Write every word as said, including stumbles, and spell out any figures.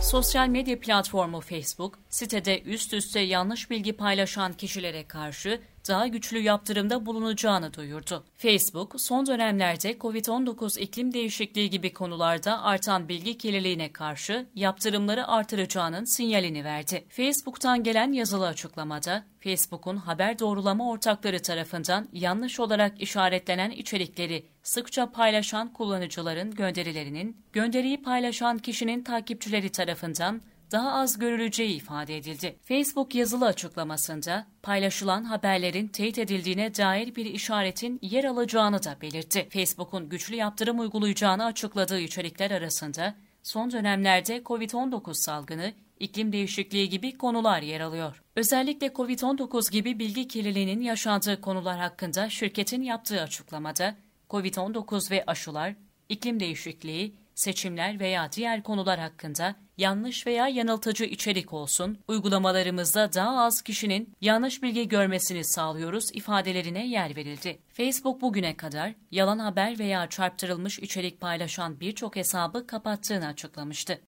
Sosyal medya platformu Facebook, sitede üst üste yanlış bilgi paylaşan kişilere karşı daha güçlü yaptırımda bulunacağını duyurdu. Facebook, son dönemlerde kovid on dokuz iklim değişikliği gibi konularda artan bilgi kirliliğine karşı yaptırımları artıracağının sinyalini verdi. Facebook'tan gelen yazılı açıklamada, Facebook'un haber doğrulama ortakları tarafından yanlış olarak işaretlenen içerikleri sıkça paylaşan kullanıcıların gönderilerinin, gönderiyi paylaşan kişinin takipçileri tarafından daha az görüleceği ifade edildi. Facebook yazılı açıklamasında paylaşılan haberlerin teyit edildiğine dair bir işaretin yer alacağını da belirtti. Facebook'un güçlü yaptırım uygulayacağını açıkladığı içerikler arasında son dönemlerde kovid on dokuz salgını, iklim değişikliği gibi konular yer alıyor. Özellikle kovid on dokuz gibi bilgi kirliliğinin yaşandığı konular hakkında şirketin yaptığı açıklamada, kovid on dokuz ve aşılar, iklim değişikliği, seçimler veya diğer konular hakkında yanlış veya yanıltıcı içerik olsun, uygulamalarımızda daha az kişinin yanlış bilgi görmesini sağlıyoruz ifadelerine yer verildi. Facebook bugüne kadar yalan haber veya çarpıtırılmış içerik paylaşan birçok hesabı kapattığını açıklamıştı.